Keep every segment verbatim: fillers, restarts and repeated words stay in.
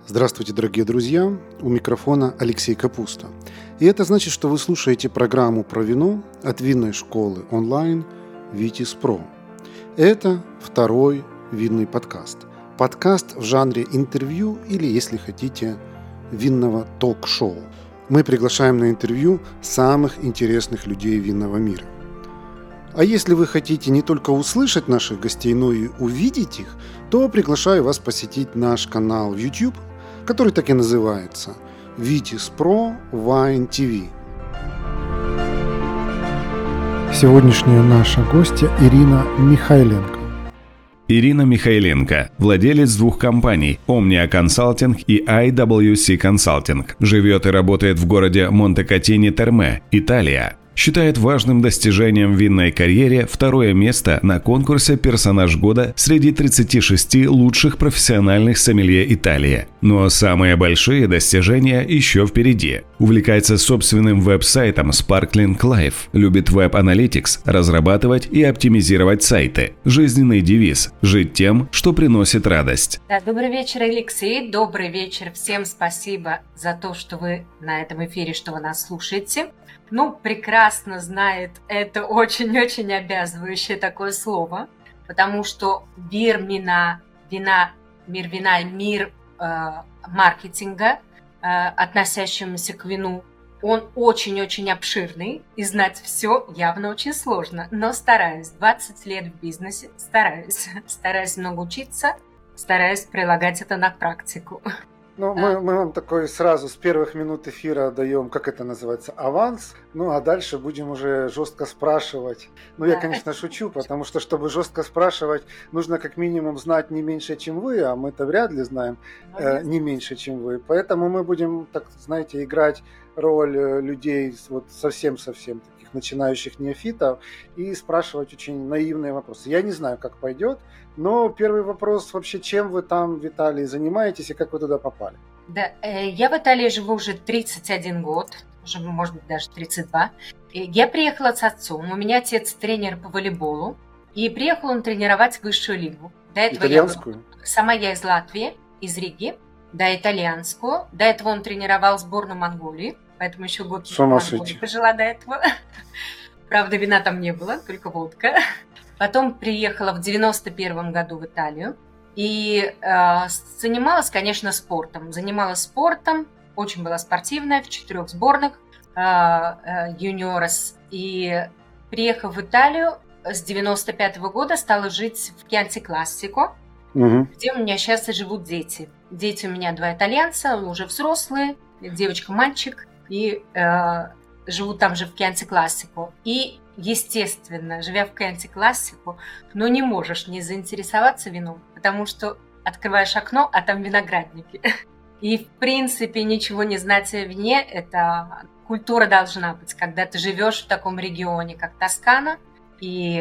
Здравствуйте, дорогие друзья! У микрофона Алексей Капуста. И это значит, что вы слушаете программу про вино от винной школы онлайн Vitis Pro. Это второй винный подкаст. Подкаст в жанре интервью или, если хотите, винного ток-шоу. Мы приглашаем на интервью самых интересных людей винного мира. А если вы хотите не только услышать наших гостей, но и увидеть их, то приглашаю вас посетить наш канал в YouTube, который так и называется Vitis Pro Wine ти ви. Сегодняшняя наша гостья Ирина Михайленко. Ирина Михайленко, владелец двух компаний Omnia Consulting и ай дабл ю си Consulting, живет и работает в городе Монте-Катини-Терме, Италия. Считает важным достижением в винной карьере второе место на конкурсе «Персонаж года» среди тридцати шести лучших профессиональных сомелье Италии. Но самые большие достижения еще впереди. Увлекается собственным веб-сайтом Sparkling Life, любит веб-аналитикс, разрабатывать и оптимизировать сайты. Жизненный девиз – жить тем, что приносит радость. Да, добрый вечер, Алексей. Добрый вечер. Всем спасибо за то, что вы на этом эфире, что вы нас слушаете. Ну, прекрасно знает это очень-очень обязывающее такое слово, потому что мир вина, вина мир вина, мир э, маркетинга, э, относящемуся к вину, он очень-очень обширный, и знать все явно очень сложно, но стараюсь. двадцать лет в бизнесе, стараюсь, стараюсь много учиться, стараюсь прилагать это на практику. Ну, мы, мы вам такой сразу с первых минут эфира даем, как это называется, аванс. Ну, а дальше будем уже жестко спрашивать. Ну, я, конечно, шучу, потому что, чтобы жестко спрашивать, нужно как минимум знать не меньше, чем вы, а мы-то вряд ли знаем э, не меньше, чем вы. Поэтому мы будем, так знаете, играть роль людей вот совсем-совсем таких начинающих неофитов и спрашивать очень наивные вопросы. Я не знаю, как пойдет, но первый вопрос вообще, чем вы там в Италии занимаетесь и как вы туда попали? Да, я в Италии живу уже тридцать один год, уже, может быть, даже тридцать два. Я приехала с отцом, у меня отец тренер по волейболу, и приехал он тренировать высшую лигу. До этого итальянскую? Я была, сама я из Латвии, из Риги, да, итальянскую. До этого он тренировал сборную Монголии, поэтому еще год в Монголии пожила до этого. Правда, вина там не было, только водка. Потом приехала в девяносто первом году в Италию и э, занималась, конечно, спортом. Занималась спортом, очень была спортивная, в четырех сборных э, э, юниорес. И приехав в Италию, с девяносто пятого года стала жить в Chianti Classico, угу. где у меня сейчас и живут дети. Дети у меня два итальянца, уже взрослые, девочка-мальчик, и э, живут там же в Chianti Classico. И естественно, живя в Chianti Classico, но не можешь не заинтересоваться вином, потому что открываешь окно, а там виноградники. И, в принципе, ничего не знать о вине – это культура должна быть, когда ты живешь в таком регионе, как Тоскана. И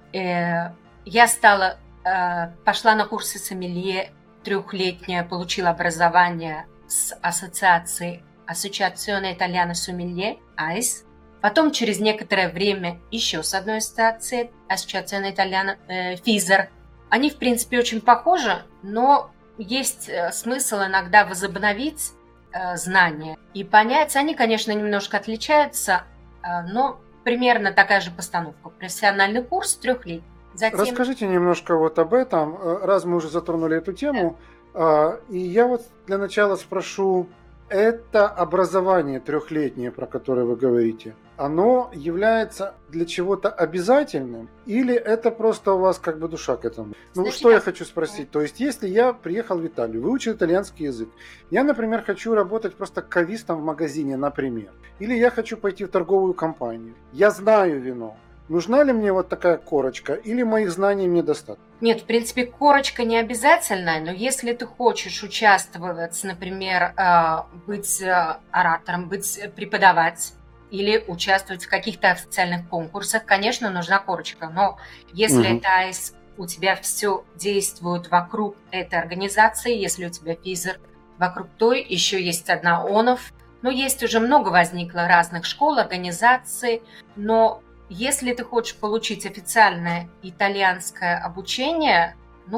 э, я стала, э, пошла на курсы сомелье трехлетнее, получила образование с ассоциацией Associazione Italiana Sommelier, АИС. Потом, через некоторое время, еще с одной ассоциацией, Associazione Italiana э, Физер. Они, в принципе, очень похожи, но есть э, смысл иногда возобновить э, знания и понять. Они, конечно, немножко отличаются, э, но примерно такая же постановка. Профессиональный курс трехлетний. Затем... Расскажите немножко вот об этом, раз мы уже затронули эту тему. Да. И я вот для начала спрошу, это образование трехлетнее, про которое вы говорите, оно является для чего-то обязательным или это просто у вас как бы душа к этому? Ну, Значит, что я хочу спросить? То есть, если я приехал в Италию, выучил итальянский язык, я, например, хочу работать просто кавистом в магазине, например, или я хочу пойти в торговую компанию, я знаю вино, нужна ли мне вот такая корочка или моих знаний мне достаточно? Нет, в принципе, корочка не обязательная, но если ты хочешь участвовать, например, быть оратором, быть преподавать или участвовать в каких-то официальных конкурсах, конечно, нужна корочка. Но если угу. это АИС, у тебя все действует вокруг этой организации, если у тебя физер вокруг той, еще есть одна ОНОВ. Ну, есть уже много возникло разных школ, организаций, но если ты хочешь получить официальное итальянское обучение, ну,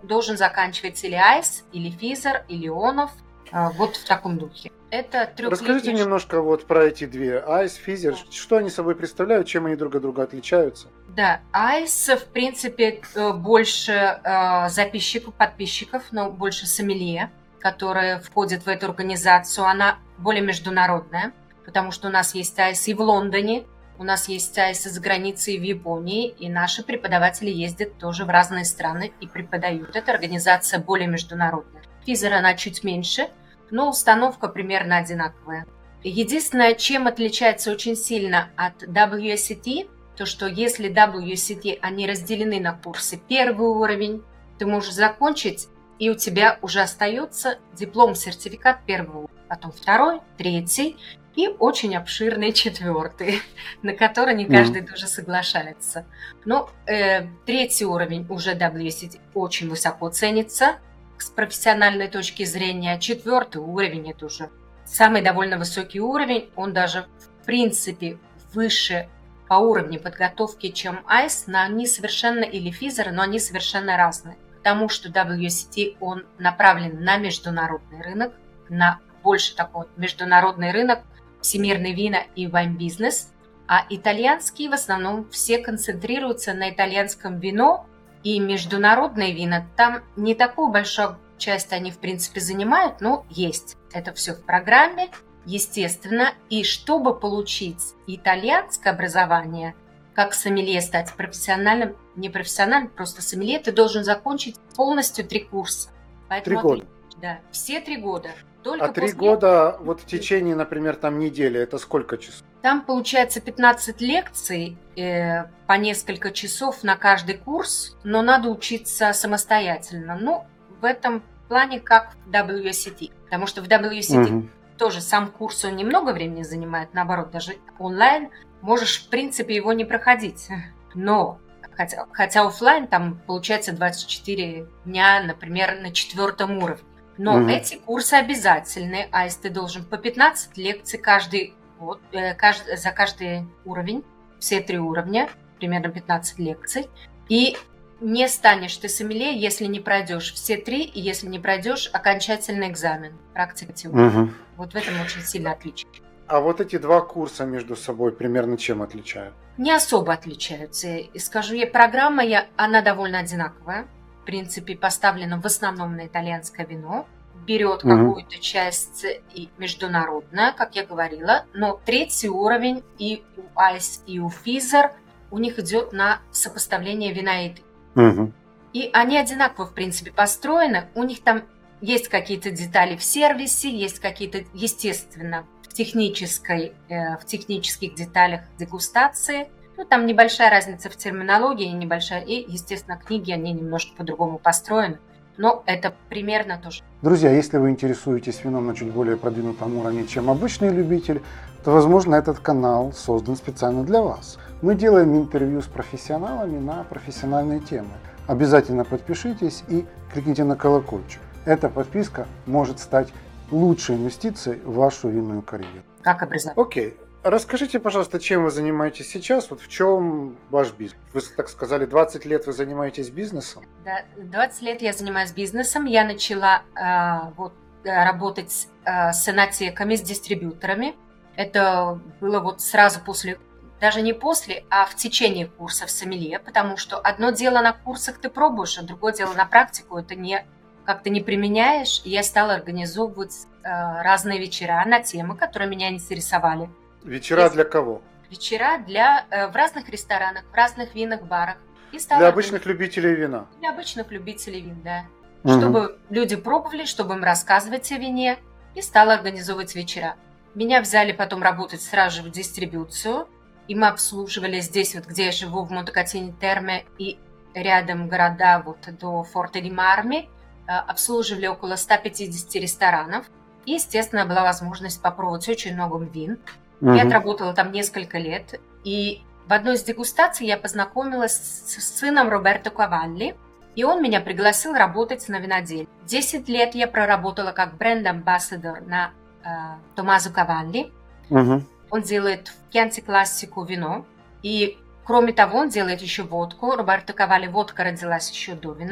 должен заканчивать или айс, или физер, или онов, вот в таком духе. Это трехлетний... Расскажите немножко вот про эти две, айс, физер, что они собой представляют, чем они друг от друга отличаются? Да, айс, в принципе, больше записчиков, подписчиков, но больше сомелье, которые входят в эту организацию. Она более международная, потому что у нас есть айс и в Лондоне, у нас есть айс за границей в Японии, и наши преподаватели ездят тоже в разные страны и преподают. Эта организация более международная. Физер, она чуть меньше, но установка примерно одинаковая. Единственное, чем отличается очень сильно от дабл ю эс си ти, то что если дабл ю эс си ти, они разделены на курсы. Первый уровень ты можешь закончить, и у тебя уже остается диплом, сертификат первого уровня, потом второй, третий и очень обширный четвертый, на который не каждый mm. тоже соглашается. Но э, третий уровень уже дабл ю эс си ти очень высоко ценится с профессиональной точки зрения. Четвертый уровень – это уже самый довольно высокий уровень, он даже в принципе выше по уровню подготовки, чем айс, но они совершенно, или физеры, но они совершенно разные. Потому что дабл ю эс си ти, он направлен на международный рынок, на больше такой международный рынок, всемирный вина и вайн-бизнес, а итальянские в основном все концентрируются на итальянском вино, и международные вина, там не такую большую часть они в принципе занимают, но есть. Это все в программе, естественно, и чтобы получить итальянское образование, как сомелье стать профессиональным, не профессиональным, просто сомелье, ты должен закончить полностью три курса. Поэтому три года? Да, все три года. Только а три после... года, вот в течение, например, там недели, это сколько часов? Там получается пятнадцать лекций, э, по несколько часов на каждый курс, но надо учиться самостоятельно. Ну, в этом плане как в дабл ю эс си ти, потому что в дабл ю эс си ти угу. тоже сам курс, он немного времени занимает, наоборот, даже онлайн можешь, в принципе, его не проходить. Но, хотя, хотя офлайн там получается двадцать четыре дня, например, на четвертом уровне. Но угу. эти курсы обязательны, а если ты должен по пятнадцать лекций каждый год, э, каждый, за каждый уровень, все три уровня, примерно пятнадцать лекций, и не станешь ты сомелье, если не пройдешь все три, и если не пройдешь окончательный экзамен, практика теория. Угу. Вот в этом очень сильно отличие. А вот эти два курса между собой примерно чем отличают? Не особо отличаются. И скажу я, программа, я, она довольно одинаковая. В принципе, поставлена в основном на итальянское вино. Берет угу. какую-то часть и международная, как я говорила. Но третий уровень и у айс, и у физер у них идет на сопоставление вина и еды. Угу. И они одинаково, в принципе, построены. У них там есть какие-то детали в сервисе, есть какие-то, естественно, в технической, э, в технических деталях дегустации. Ну, там небольшая разница в терминологии, небольшая, и, естественно, книги, они немножко по-другому построены, но это примерно то же. Друзья, если вы интересуетесь вином на чуть более продвинутом уровне, чем обычный любитель, то, возможно, этот канал создан специально для вас. Мы делаем интервью с профессионалами на профессиональные темы. Обязательно подпишитесь и кликните на колокольчик. Эта подписка может стать лучшей инвестицией в вашу винную карьеру. Как образование? Окей. Расскажите, пожалуйста, чем вы занимаетесь сейчас, вот в чем ваш бизнес? Вы так сказали, двадцать лет вы занимаетесь бизнесом? Да, двадцать лет я занимаюсь бизнесом. Я начала э, вот, работать э, с энотеками, с дистрибьюторами. Это было вот сразу после, даже не после, а в течение курсов сомелье, потому что одно дело на курсах ты пробуешь, а другое дело на практику, это не, как-то не применяешь. И я стала организовывать э, разные вечера на темы, которые меня интересовали. Вечера для кого? Вечера для, э, в разных ресторанах, в разных винных барах. И для обычных любителей вина? Для обычных любителей вин, да. Угу. Чтобы люди пробовали, чтобы им рассказывать о вине. И стала организовывать вечера. Меня взяли потом работать сразу же в дистрибьюцию. И мы обслуживали здесь, вот где я живу, в Монтекатини Терме, и рядом города вот до Форте ди Марми. Э, обслуживали около ста пятидесяти ресторанов. И, естественно, была возможность попробовать очень много вин. Uh-huh. Я отработала там несколько лет, и в одной из дегустаций я познакомилась с сыном Роберто Кавалли, и он меня пригласил работать на виноделе. Десять лет я проработала как бренд-амбассадор на э, Томазо Кавалли. Uh-huh. Он делает в Chianti Classico вино, и кроме того он делает еще водку. Роберто Кавалли водка родилась еще до вина.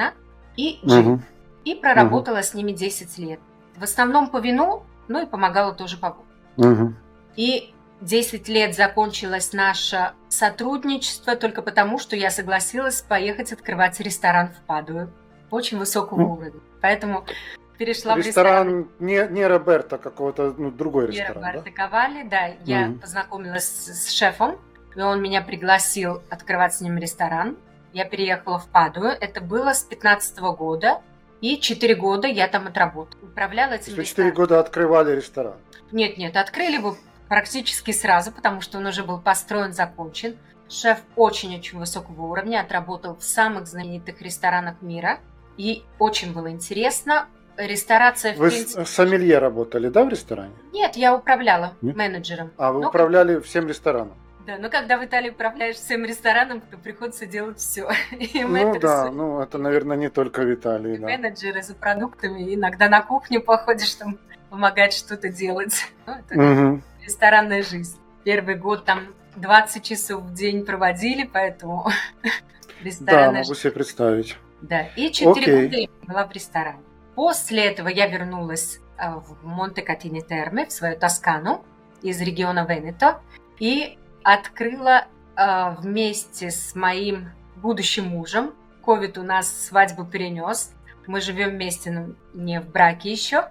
и джин. Угу. И проработала угу. с ними десять лет. В основном по вину, ну и помогала тоже по водке. Угу. И десять лет закончилось наше сотрудничество только потому, что я согласилась поехать открывать ресторан в Падуе. Очень высокого mm. уровня. Поэтому перешла ресторан в ресторан. Не, не Роберто, какого-то ну, другой не ресторан, Роберто да? Кавалли, да. Я mm. познакомилась с, с шефом, и он меня пригласил открывать с ним ресторан. Я переехала в Падую. Это было с пятнадцатого года. И четыре года я там отработала. Управляла этим рестораном. четыре года открывали ресторан? Нет, нет, открыли его практически сразу, потому что он уже был построен, закончен. Шеф очень-очень высокого уровня, отработал в самых знаменитых ресторанах мира. И очень было интересно. Ресторация, в Вы принципе... с сомелье работали, да, в ресторане? Нет, я управляла Нет? менеджером. А, вы но... управляли всем рестораном? Да, но когда в Италии управляешь всем рестораном, то приходится делать все. И ну да, с... ну это, наверное, не только в Италии. Да. Менеджеры за продуктами, иногда на кухню походишь, там помогать что-то делать. Ну, это угу. ресторанная жизнь. Первый год там двадцать часов в день проводили, поэтому ресторанная Да, могу себе представить. Да, и четыре года я была в ресторане. После этого я вернулась в Монте-Катини Терме, в свою Тоскану из региона Венето, и открыла э, вместе с моим будущим мужем. Ковид у нас свадьбу перенес. Мы живем вместе, но не в браке еще.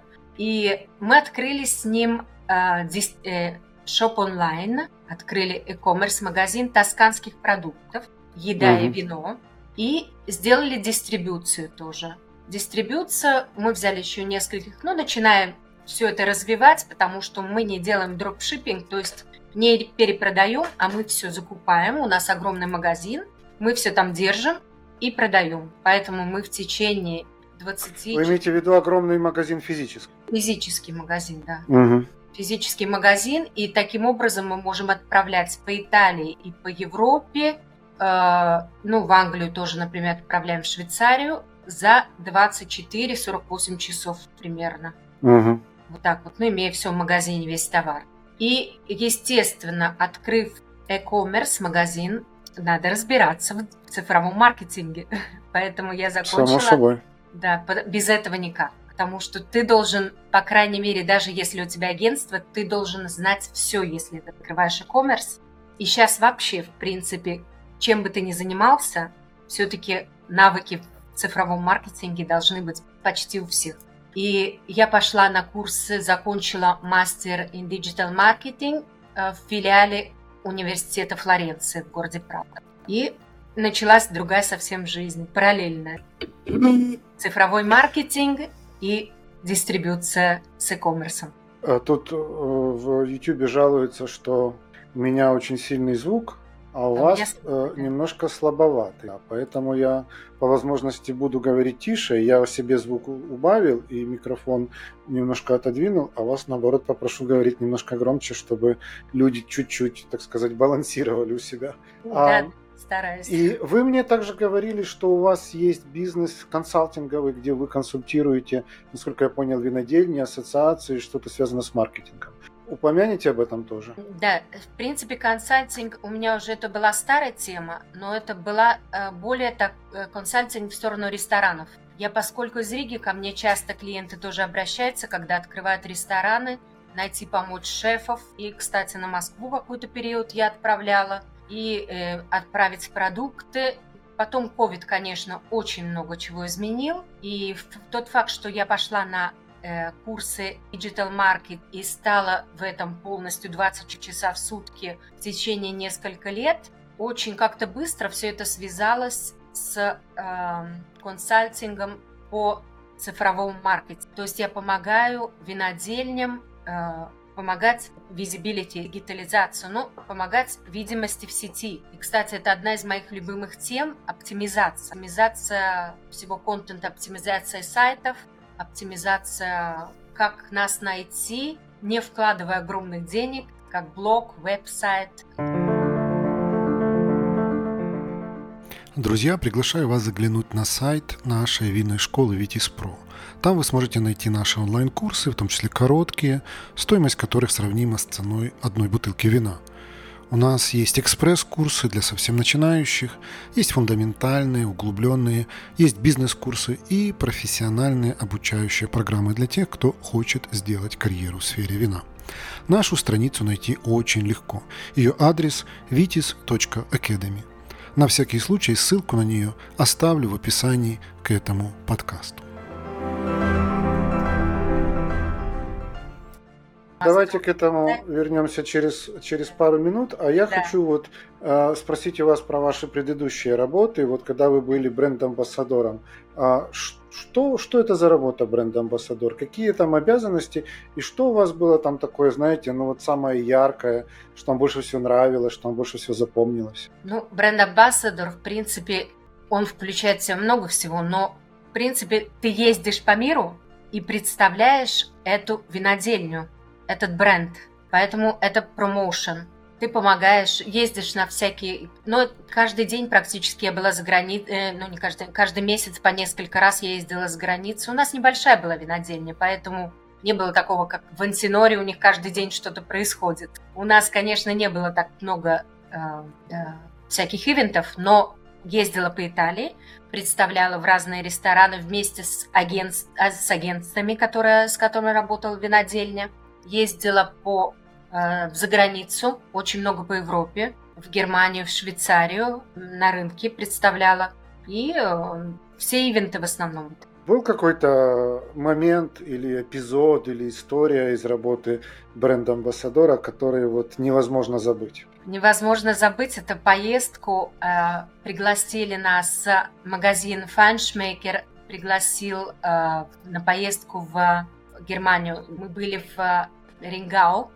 И мы открыли с ним э, дис, э, шоп онлайн, открыли e-commerce магазин тосканских продуктов, еда угу. и вино, и сделали дистрибьюцию тоже. Дистрибьюция, мы взяли еще нескольких, но начинаем все это развивать, потому что мы не делаем дропшиппинг, то есть не перепродаем, а мы все закупаем. У нас огромный магазин, мы все там держим и продаем. Поэтому мы в течение двадцати... Вы имеете в виду огромный магазин физический? Физический магазин, да. Угу. Физический магазин, и таким образом мы можем отправлять по Италии и по Европе, э, ну, в Англию тоже, например, отправляем в Швейцарию за двадцать четыре - сорок восемь часов примерно. Угу. Вот так вот, ну, имея все в магазине, весь товар. И, естественно, открыв e-commerce магазин, надо разбираться в цифровом маркетинге. Поэтому я закончила... Само собой. Да, без этого никак. Потому что ты должен, по крайней мере, даже если у тебя агентство, ты должен знать все, если ты открываешь e-commerce. И сейчас вообще, в принципе, чем бы ты ни занимался, все-таки навыки в цифровом маркетинге должны быть почти у всех. И я пошла на курсы, закончила мастер in Digital Marketing в филиале университета Флоренции в городе Прага. И началась другая совсем жизнь, параллельная. Цифровой маркетинг и дистрибьюция с e-commerce. Тут в YouTube жалуются, что у меня очень сильный звук, а у а вас меня... немножко слабоватый. Поэтому я по возможности буду говорить тише. Я себе звук убавил и микрофон немножко отодвинул, а вас, наоборот, попрошу говорить немножко громче, чтобы люди чуть-чуть, так сказать, балансировали у себя. Да, а, стараюсь. И вы мне также говорили, что у вас есть бизнес консалтинговый, где вы консультируете, насколько я понял, винодельни, ассоциации, что-то связано с маркетингом. Упомяните об этом тоже. Да, в принципе, консалтинг у меня уже это была старая тема, но это была более так консалтинг в сторону ресторанов. Я, поскольку из Риги, ко мне часто клиенты тоже обращаются, когда открывают рестораны, найти помочь шефов. И, кстати, на Москву какой-то период я отправляла, и э, отправить продукты. Потом ковид, конечно, очень много чего изменил. И тот факт, что я пошла на курсы Digital Market и стала в этом полностью двадцать часа в сутки в течение нескольких лет, очень как-то быстро все это связалось с э, консалтингом по цифровому маркетингу. То есть я помогаю винодельням э, помогать visibility, дигитализацию, ну, помогать видимости в сети. И, кстати, это одна из моих любимых тем – оптимизация. Оптимизация всего контента, оптимизация сайтов, оптимизация, как нас найти, не вкладывая огромных денег, как блог, веб-сайт. Друзья, приглашаю вас заглянуть на сайт нашей винной школы Vitis.Pro. Там вы сможете найти наши онлайн-курсы, в том числе короткие, стоимость которых сравнима с ценой одной бутылки вина. У нас есть экспресс-курсы для совсем начинающих, есть фундаментальные, углубленные, есть бизнес-курсы и профессиональные обучающие программы для тех, кто хочет сделать карьеру в сфере вина. Нашу страницу найти очень легко. Ее адрес vitis точка academy. На всякий случай ссылку на нее оставлю в описании к этому подкасту. Давайте к этому да. вернемся через, через пару минут. А я да. хочу вот э, спросить у вас про ваши предыдущие работы. Вот когда вы были бренд-амбассадором, э, что, что это за работа бренд-амбассадор? Какие там обязанности? И что у вас было там такое, знаете, ну вот самое яркое, что вам больше всего нравилось, что вам больше всего запомнилось? Ну, бренд-амбассадор, в принципе, он включает в себя много всего, но, в принципе, ты ездишь по миру и представляешь эту винодельню, этот бренд, поэтому это промоушен. Ты помогаешь, ездишь на всякие... Ну, каждый день практически я была за границей, ну, не каждый, каждый месяц по несколько раз я ездила за границу. У нас небольшая была винодельня, поэтому не было такого, как в Антиноре, у них каждый день что-то происходит. У нас, конечно, не было так много э, э, всяких ивентов, но ездила по Италии, представляла в разные рестораны вместе с, агент, с агентствами, которые, с которыми работала винодельня. Ездила по, э, за границу, очень много по Европе, в Германию, в Швейцарию, на рынке представляла. И э, все ивенты в основном. Был какой-то момент или эпизод, или история из работы бренд-амбассадора, который вот невозможно забыть? Невозможно забыть эту поездку. Э, пригласили нас, магазин Feinschmecker пригласил э, на поездку в Германию. Мы были в Рингау,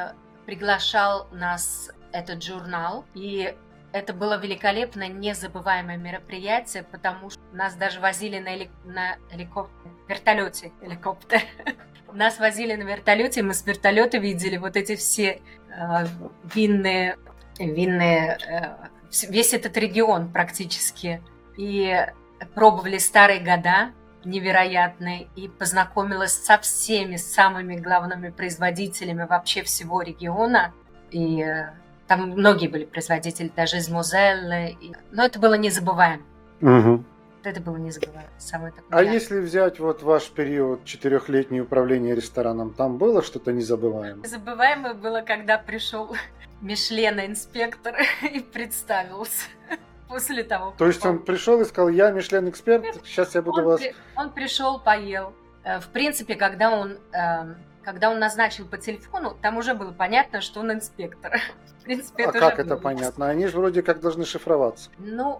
приглашал нас этот журнал, и это было великолепное, незабываемое мероприятие, потому что нас даже возили на, эли... на эликоп... вертолете, эликоптер. Нас возили на вертолете, мы с вертолета видели вот эти все э, винные, винные э, весь этот регион практически, и пробовали старые года, невероятной, и познакомилась со всеми самыми главными производителями вообще всего региона. И э, там многие были производители, даже из Мозеллы. И... Но это было незабываемо. Угу. Это было незабываемо. Самое такое. А яркое. Если взять вот ваш период четырехлетнее управления рестораном, там было что-то незабываемое? Незабываемое было, когда пришел Мишлен-инспектор и представился. После того, То есть он, он пришел и сказал: я Мишлен-эксперт, сейчас я буду он вас... При... Он пришел, поел. В принципе, когда он, когда он назначил по телефону, там уже было понятно, что он инспектор. В принципе, а это как уже это было. понятно? Они же вроде как должны шифроваться. Ну,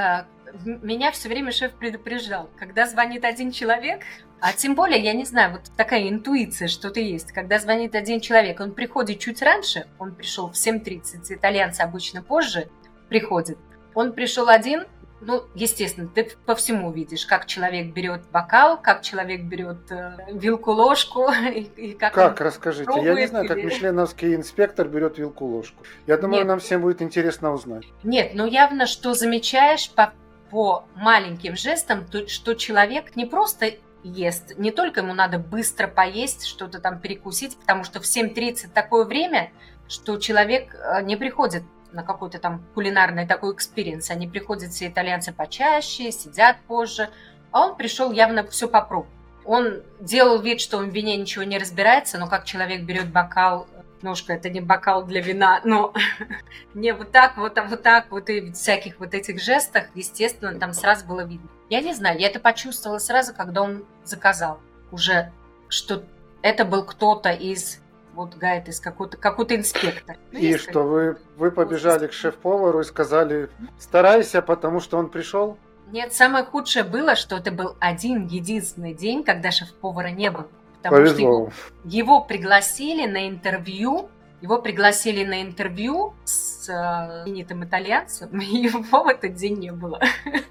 меня все время шеф предупреждал, когда звонит один человек, а тем более, я не знаю, вот такая интуиция что-то есть, когда звонит один человек, он приходит чуть раньше, он пришел в семь тридцать, итальянцы обычно позже приходят. Он пришел один, ну, естественно, ты по всему видишь, как человек берет бокал, как человек берет э, вилку-ложку. И, и как как, расскажите. Я не знаю, или... как мишленовский инспектор берет вилку-ложку. Я думаю, Нет. нам всем будет интересно узнать. Нет, ну явно, что замечаешь по, по маленьким жестам, то, что человек не просто ест, не только ему надо быстро поесть, что-то там перекусить, потому что в семь тридцать такое время, что человек не приходит на какой-то там кулинарный такой экспириенс. Они приходят, все итальянцы, почаще, сидят позже. А он пришел явно все попробовать. Он делал вид, что он в вине ничего не разбирается, но как человек берет бокал, ножка, это не бокал для вина, но не вот так, вот, а вот так, вот и в всяких вот этих жестах, естественно, там сразу было видно. Я не знаю, я это почувствовала сразу, когда он заказал уже, что это был кто-то из... Вот гайд из какого-то, какой-то инспектор. Ну, и что, вы, вы побежали к шеф-повару и сказали: старайся, потому что он пришел? Нет, самое худшее было, что это был один единственный день, когда шеф-повара не было. Потому Повезло. что его, его пригласили на интервью, его пригласили на интервью с знаменитым итальянцем, и его в этот день не было.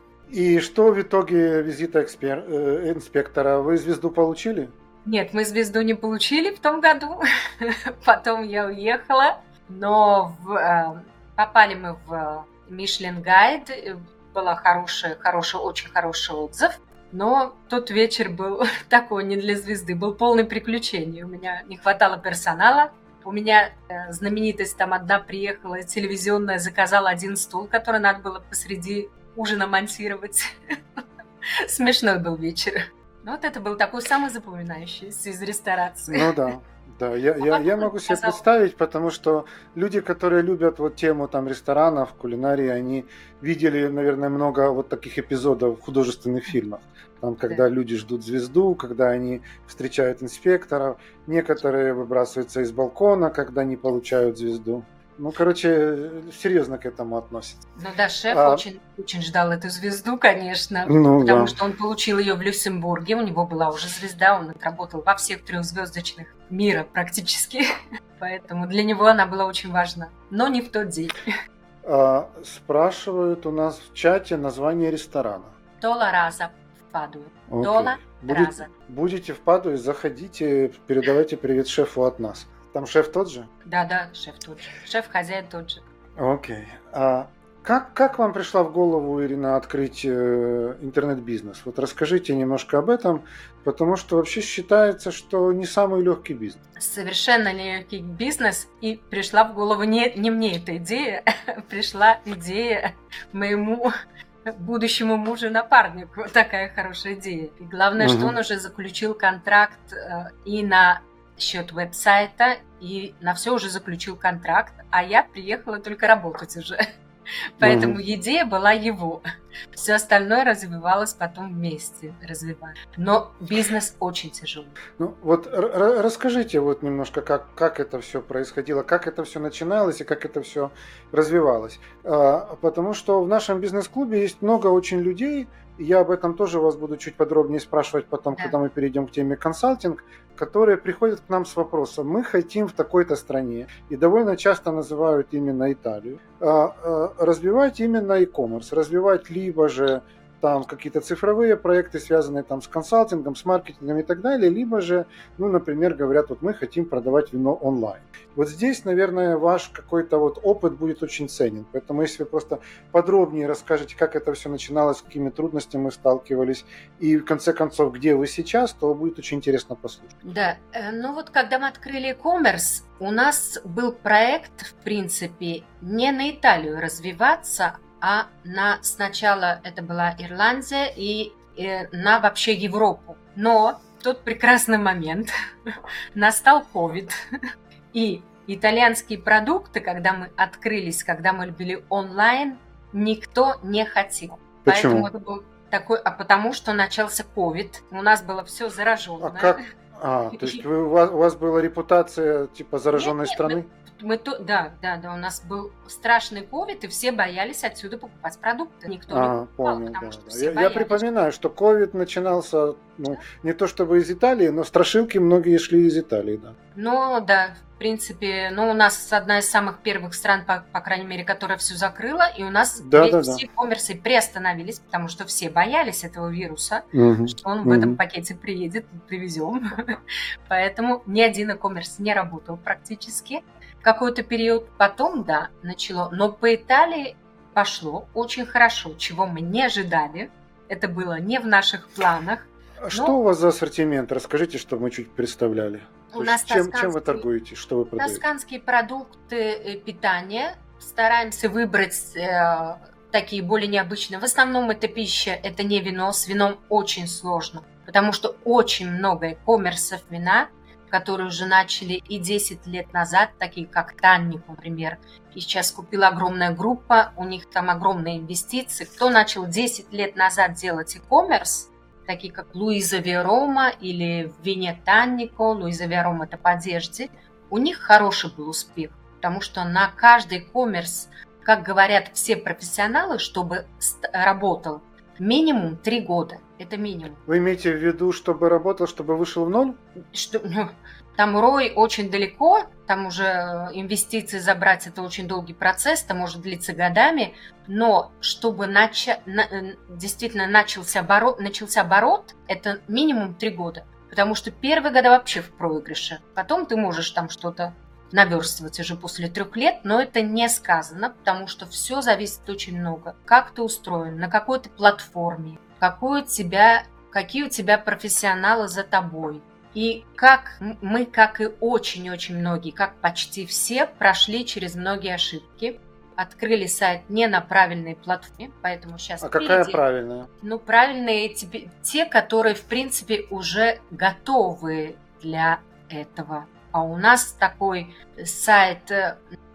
И что в итоге визита экспер... э, инспектора? Вы звезду получили? Нет, мы звезду не получили в том году, потом я уехала, но в, э, попали мы в Michelin Guide, был хороший, хороший, очень хороший отзыв, но тот вечер был такой не для звезды, был полный приключений, у меня не хватало персонала, У меня э, знаменитость там одна приехала, телевизионная, заказала один стул, который надо было посреди ужина монтировать. Смешной был вечер. Ну, вот это был такой самый запоминающийся из ресторации. Ну да. Да, я, я, я могу себе представить, потому что люди, которые любят вот тему там ресторанов, кулинарии, они видели, наверное, много вот таких эпизодов в художественных фильмах. Там, когда да. люди ждут звезду, когда они встречают инспекторов, некоторые выбрасываются из балкона, когда не получают звезду. Ну, короче, серьезно к этому относятся. Ну да, шеф а... очень, очень ждал эту звезду, конечно, ну, потому да. что он получил ее в Люксембурге, у него была уже звезда, он отработал во всех трехзвездочных мира практически, поэтому для него она была очень важна, но не в тот день. А, спрашивают у нас в чате название ресторана. Тола Раза в Падуе. Okay. Тола Будет, Раза. Будете в Падуе, заходите, передавайте привет шефу от нас. Там шеф тот же? Да, да, шеф тот же. Шеф-хозяин тот же. Окей. Okay. А как, как вам пришла в голову, Ирина, открыть э, интернет-бизнес? Вот расскажите немножко об этом, потому что вообще считается, что не самый легкий бизнес. Совершенно легкий бизнес. И пришла в голову не, не мне эта идея, пришла идея моему будущему мужу-напарнику. Такая хорошая идея. И главное, угу. что он уже заключил контракт э, и на счет веб-сайта, и на все уже заключил контракт, а я приехала только работать уже. Поэтому mm-hmm. идея была его. Все остальное развивалось потом вместе. Развивалось. Но бизнес очень тяжелый. Ну, вот р- расскажите вот немножко, как, как это все происходило, как это все начиналось и как это все развивалось. А, потому что в нашем бизнес-клубе есть много очень людей, и я об этом тоже вас буду чуть подробнее спрашивать потом, да. когда мы перейдем к теме консалтинг, которые приходят к нам с вопросом: мы хотим в такой-то стране, и довольно часто называют именно Италию, развивать именно e-commerce, развивать либо же там какие-то цифровые проекты, связанные там с консалтингом, с маркетингом и так далее, либо же, ну, например, говорят, вот мы хотим продавать вино онлайн. Вот здесь, наверное, ваш какой-то вот опыт будет очень ценен. Поэтому если вы просто подробнее расскажете, как это все начиналось, с какими трудностями мы сталкивались, и в конце концов, где вы сейчас, то будет очень интересно послушать. Да, ну вот когда мы открыли e-commerce, у нас был проект, в принципе, не на Италию развиваться, а на сначала это была Ирландия и, и на вообще Европу. Но в тот прекрасный момент настал ковид, и итальянские продукты, когда мы открылись, когда мы были онлайн, никто не хотел. Почему? Поэтому это был такой, а потому что начался ковид, у нас было все зараженное. А как? А, то есть вы, у, вас, у вас была репутация типа зараженной нет, нет, страны? Мы... Мы то, да, да, да, у нас был страшный ковид, и все боялись отсюда покупать продукты. Никто а, не покупал, понял, потому да, что да. все я, боялись. Я припоминаю, что ковид начинался, ну, не то чтобы из Италии, но страшилки многие шли из Италии, да. Ну, да, в принципе, ну, у нас одна из самых первых стран, по, по крайней мере, которая все закрыла, и у нас да, да, все да. коммерсы приостановились, потому что все боялись этого вируса, угу, что он угу. в этом пакете приедет, привезем. Поэтому ни один e-commerce не работал практически. Какой-то период потом, да, начало. Но по Италии пошло очень хорошо, чего мы не ожидали. Это было не в наших планах. А что у вас за ассортимент? Расскажите, чтобы мы чуть представляли. У нас чем, чем вы торгуете? Что вы продаете? Тосканские продукты питания. Стараемся выбрать э, такие более необычные. В основном это пища, это не вино. С вином очень сложно, потому что очень много e-коммерсов вина, которые уже начали и десять лет назад, такие как Танник, например. И сейчас купила огромная группа, у них там огромные инвестиции. Кто начал десять лет назад делать e-commerce, такие как Луиза Верома или в вине Таннико, Луиза Верома это по одежде, у них хороший был успех, потому что на каждый e-commerce, как говорят все профессионалы, чтобы работал, минимум три года. Это минимум. Вы имеете в виду, чтобы работал, чтобы вышел в ноль? Что, ну, там рой очень далеко, там уже инвестиции забрать, это очень долгий процесс, это может длиться годами, но чтобы нача, на, действительно начался оборот, начался оборот, это минимум три года. Потому что первые года вообще в проигрыше. Потом ты можешь там что-то наверстывать уже после трех лет, но это не сказано, потому что все зависит очень много. Как ты устроен, на какой ты платформе, какой у тебя, какие у тебя профессионалы за тобой, И как мы, как и очень-очень многие, как почти все, прошли через многие ошибки. Открыли сайт не на правильной платформе, поэтому сейчас... А какая правильная? Ну, правильные те, те, которые, в принципе, уже готовы для этого. А у нас такой сайт, э,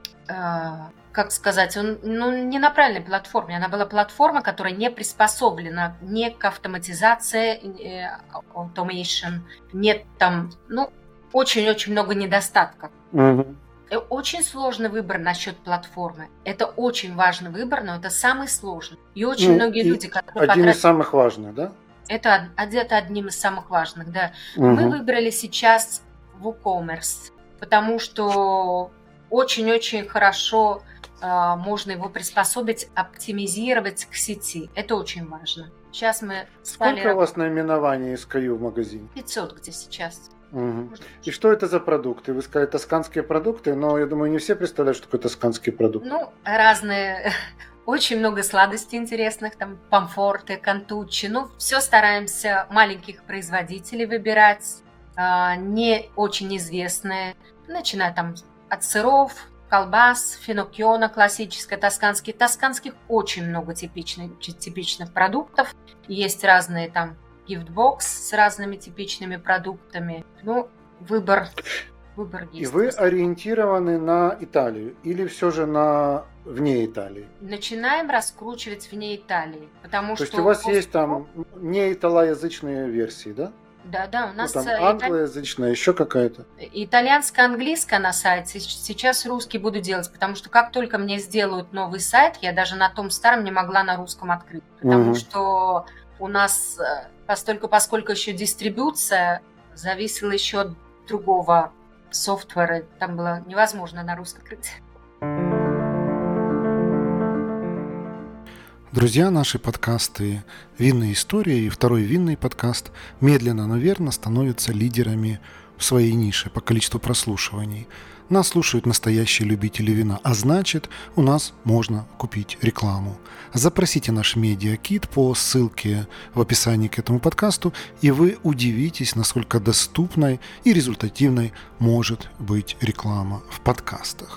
как сказать, он ну, не на правильной платформе. Она была платформа, которая не приспособлена не к автоматизации, э, automation. Нет там, ну, очень-очень много недостатков. Угу. Очень сложный выбор насчет платформы. Это очень важный выбор, но это самый сложный. И очень ну, многие и люди, которые один потратили... из самых важных, да? Это, это одним из самых важных, да. Угу. Мы выбрали сейчас WooCommerce, потому что очень-очень хорошо э, можно его приспособить, оптимизировать к сети. Это очень важно. Сейчас мы стали... Сколько у вас наименований эс кей ю в магазине? пятьсот где сейчас. Угу. И что это за продукты? Вы сказали, тосканские продукты, но я думаю, не все представляют, что такое тосканский продукт. Ну, разные, очень много сладостей интересных, там, памфорты, кантуччи, ну, все стараемся маленьких производителей выбирать, не очень известные, начиная там от сыров, колбас, финоккиона классическая, тосканский. Тосканских очень много типичных, типичных продуктов, есть разные там гифтбокс с разными типичными продуктами. Ну, выбор, выбор есть. И вы ориентированы на Италию или все же на вне Италии? Начинаем раскручивать вне Италии, потому То что... То есть у вас есть там не италоязычные версии, да? Да, да, у нас... Ну, там англоязычная, италь... еще какая-то? Итальянско-английская на сайте. Сейчас русский буду делать, потому что как только мне сделают новый сайт, я даже на том старом не могла на русском открыть. Потому угу. что у нас... Постольку, поскольку еще дистрибуция зависела еще от другого софтвера, там было невозможно на русском открыть. Друзья, наши подкасты «Винные истории» и второй винный подкаст медленно, но верно становятся лидерами в своей нише по количеству прослушиваний. Нас слушают настоящие любители вина, а значит, у нас можно купить рекламу. Запросите наш медиакит по ссылке в описании к этому подкасту, и вы удивитесь, насколько доступной и результативной может быть реклама в подкастах.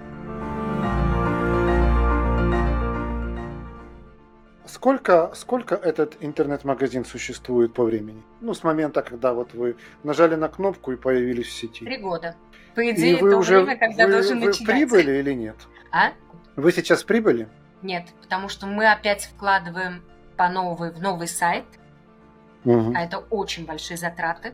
Сколько, сколько этот интернет-магазин существует по времени? Ну, с момента, когда вот вы нажали на кнопку и появились в сети. Три года. По идее, и вы то уже, время, когда вы, должен вы начинать. Вы в прибыли или нет? А? Вы сейчас в прибыли? Нет, потому что мы опять вкладываем по новой в новый сайт, угу. а это очень большие затраты.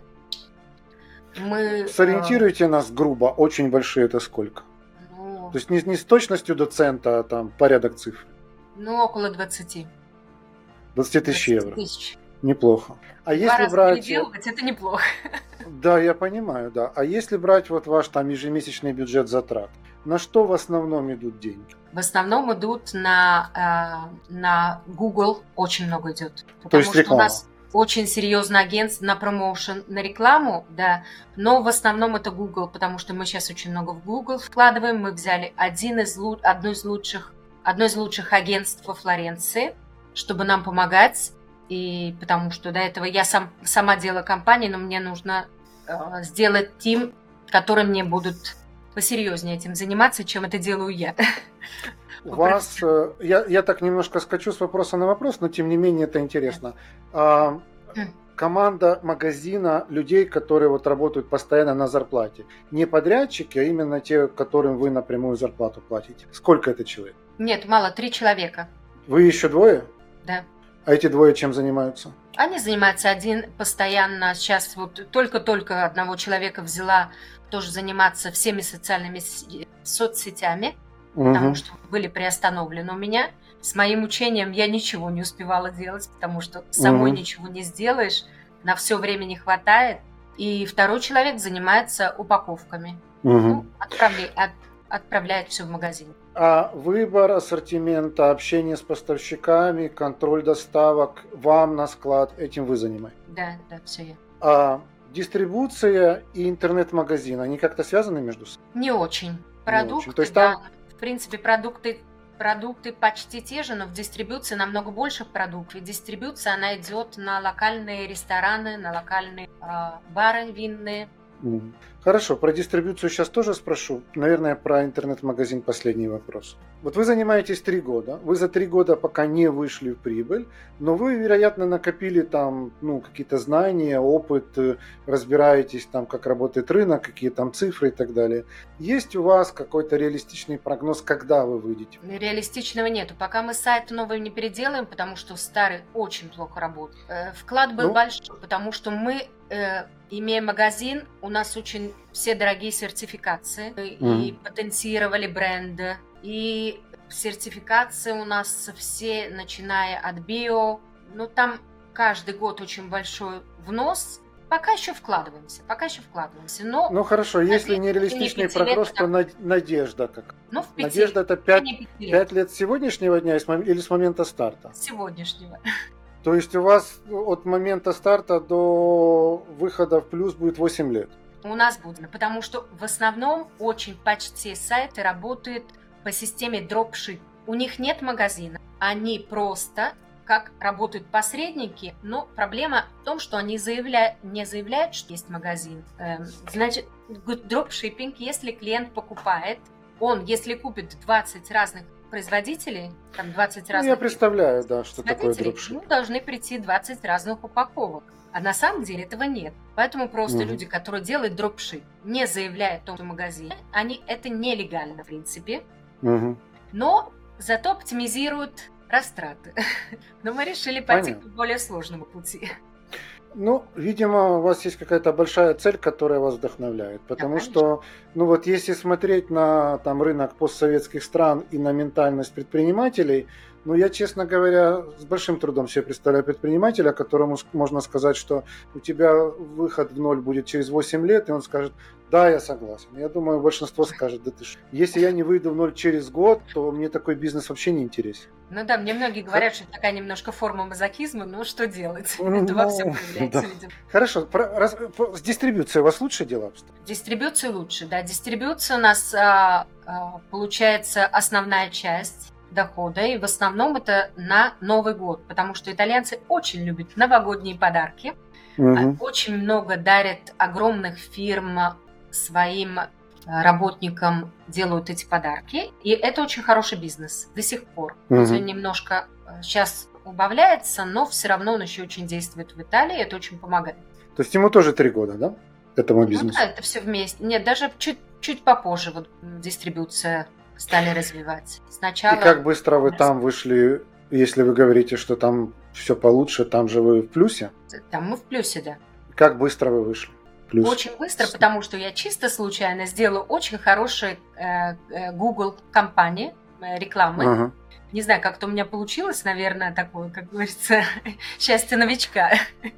Мы, Сориентируйте э... нас грубо, очень большие это сколько? Ну... То есть не, не с точностью до цента, а там порядок цифр? Ну, около двадцати. двадцать тысяч евро. Тысяч. Неплохо. А Два если раза брать... переделывать, это неплохо. Да, я понимаю, да. А если брать вот ваш там ежемесячный бюджет затрат, на что в основном идут деньги? В основном идут на, э, на Google, очень много идет. Потому То есть что реклама. У нас очень серьезное агентство на промоушен, на рекламу, да, но в основном это Google, потому что мы сейчас очень много в Google вкладываем. Мы взяли один из, одно из лучших, одно из лучших агентств во Флоренции, чтобы нам помогать. И потому что до этого я сам, сама делала компанию, но мне нужно э, сделать тим, которые мне будут посерьезнее этим заниматься, чем это делаю я. У вас, э, я, я так немножко скачу с вопроса на вопрос, но тем не менее это интересно. А, команда магазина людей, которые вот работают постоянно на зарплате, не подрядчики, а именно те, которым вы напрямую зарплату платите. Сколько это человек? Нет, мало, три человека. Вы еще двое? Да. А эти двое чем занимаются? Они занимаются один постоянно. Сейчас вот только-только одного человека взяла тоже заниматься всеми социальными соцсетями, угу. потому что были приостановлены у меня. С моим учением я ничего не успевала делать, потому что самой угу. ничего не сделаешь, на все время не хватает. И второй человек занимается упаковками. Угу. Ну, отправля... от... отправляет все в магазин. А выбор ассортимента, общение с поставщиками, контроль доставок вам на склад, этим вы занимаетесь? Да, да, все я. А дистрибуция и интернет-магазин, они как-то связаны между собой? Не очень. Продукты, Не очень. То есть да. там... В принципе, продукты продукты почти те же, но в дистрибуции намного больше продуктов. И дистрибуция, она идет на локальные рестораны, на локальные э, бары винные. Хорошо, про дистрибуцию сейчас тоже спрошу. Наверное, про интернет-магазин последний вопрос. Вот вы занимаетесь три года, вы за три года пока не вышли в прибыль, но вы, вероятно, накопили там, ну, какие-то знания, опыт, разбираетесь там, как работает рынок, какие там цифры и так далее. Есть у вас какой-то реалистичный прогноз, когда вы выйдете? Реалистичного нету. Пока мы сайт новый не переделаем, потому что старый очень плохо работает. Вклад был ну? большой, потому что мы... Имея магазин, у нас очень все дорогие сертификации, mm. и потенцировали бренды, и сертификации у нас все, начиная от био, ну там каждый год очень большой внос. Пока еще вкладываемся, пока еще вкладываемся. Но ну хорошо, если не реалистичный прогноз, то так... надежда как? Ну, в пяти, надежда это пять лет с сегодняшнего дня или с момента старта? С сегодняшнего. То есть у вас от момента старта до выхода в плюс будет восемь лет? У нас будет, потому что в основном очень почти сайты работают по системе дропшип. У них нет магазина, они просто как работают посредники, но проблема в том, что они заявляют, не заявляют, что есть магазин. Значит, дропшиппинг, если клиент покупает, он, если купит двадцать разных производителей, там двадцать разных... Ну, я представляю, да, что такое дропшип. Ну, должны прийти двадцать разных упаковок. А на самом деле этого нет. Поэтому просто угу. люди, которые делают дропшип, не заявляя о том, что магазин, они, это нелегально, в принципе. Угу. Но зато оптимизируют растраты. Но мы решили пойти Понятно. По более сложному пути. Ну, видимо, у вас есть какая-то большая цель, которая вас вдохновляет. Потому да, что, ну вот, если смотреть на там, рынок постсоветских стран и на ментальность предпринимателей, ну, я, честно говоря, с большим трудом себе представляю предпринимателя, которому можно сказать, что у тебя выход в ноль будет через восемь лет, и он скажет, да, я согласен. Я думаю, большинство скажет, да ты что. Если я не выйду в ноль через год, то мне такой бизнес вообще не интересен. Ну да, мне многие говорят, что это такая немножко форма мазохизма, но что делать? Ну, это во всем проявляется, да. видимо. Хорошо, про, раз, с дистрибуцией у вас лучше дела обстоят? Дистрибуция лучше, да. Дистрибуция у нас а, а, получается основная часть дохода, и в основном это на Новый год, потому что итальянцы очень любят новогодние подарки, угу. очень много дарят огромных фирм своим работникам, делают эти подарки, и это очень хороший бизнес до сих пор. Угу. Он немножко сейчас убавляется, но все равно он еще очень действует в Италии, это очень помогает. То есть ему тоже три года, да, этому бизнесу? Ну да, это все вместе. Нет, даже чуть, чуть попозже вот дистрибуция стали развивать. Сначала... И как быстро вы там вышли, если вы говорите, что там все получше, там же вы в плюсе? Там мы в плюсе, да. Как быстро вы вышли? Плюс. Очень быстро, потому что я чисто случайно сделала очень хорошие э, э, Google кампании э, рекламы. Ага. Не знаю, как-то у меня получилось, наверное, такое, как говорится, счастье новичка.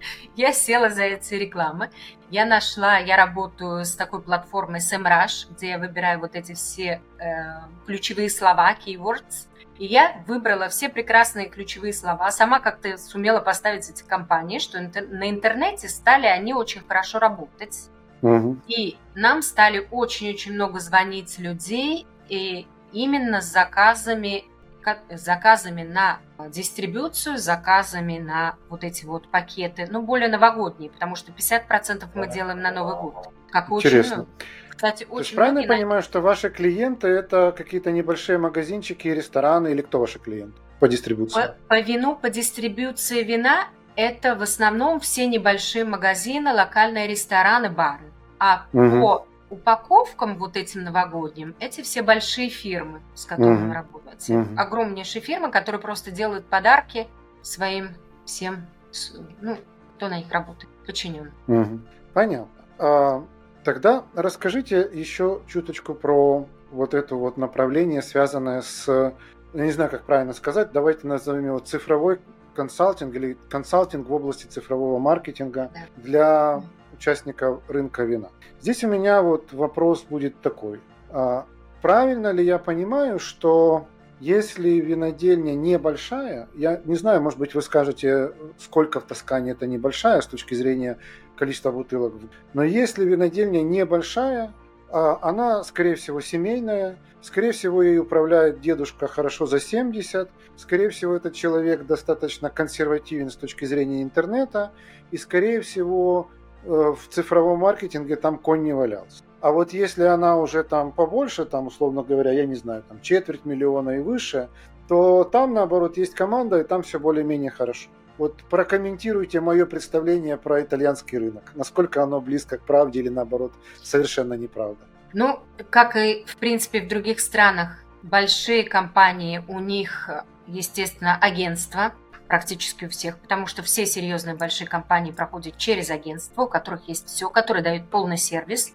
Я села за эти рекламы. Я нашла, я работаю с такой платформой SEMrush, где я выбираю вот эти все э, ключевые слова, keywords. И я выбрала все прекрасные ключевые слова. Сама как-то сумела поставить эти компании, что на интернете стали они очень хорошо работать. Угу. И нам стали очень-очень много звонить людей, и именно с заказами, заказами на дистрибуцию, заказами на вот эти вот пакеты, ну, более новогодние, потому что пятьдесят процентов мы делаем на Новый год. Как Интересно. Очень, кстати, очень То есть правильно я понимаю, что ваши клиенты это какие-то небольшие магазинчики, рестораны, или кто ваши клиенты по дистрибуции? По, по вину, по дистрибуции вина это в основном все небольшие магазины, локальные рестораны, бары. А угу. по упаковкам вот этим новогодним, эти все большие фирмы, с которыми угу. мы работаем. Угу. Огромнейшие фирмы, которые просто делают подарки своим всем, ну, кто на них работает, подчиненным. Угу. Понятно. А, тогда расскажите еще чуточку про вот это вот направление, связанное с, я не знаю, как правильно сказать, давайте назовем его цифровой консалтинг или консалтинг в области цифрового маркетинга да. для участников рынка вина. Здесь у меня вот вопрос будет такой. А правильно ли я понимаю, что если винодельня небольшая, я не знаю, может быть, вы скажете, сколько в Тоскане это небольшая с точки зрения количества бутылок, но если винодельня небольшая, Она, скорее всего, семейная, скорее всего, ей управляет дедушка хорошо за семьдесят, скорее всего, этот человек достаточно консервативен с точки зрения интернета, и, скорее всего, в цифровом маркетинге там конь не валялся. А вот если она уже там побольше, там, условно говоря, я не знаю, там четверть миллиона и выше, то там, наоборот, есть команда, и там все более-менее хорошо. Вот прокомментируйте мое представление про итальянский рынок. Насколько оно близко к правде или, наоборот, совершенно неправда? Ну, как и, в принципе, в других странах, большие компании, у них, естественно, агентство, практически у всех, потому что все серьезные большие компании проходят через агентство, у которых есть все, которые дают полный сервис.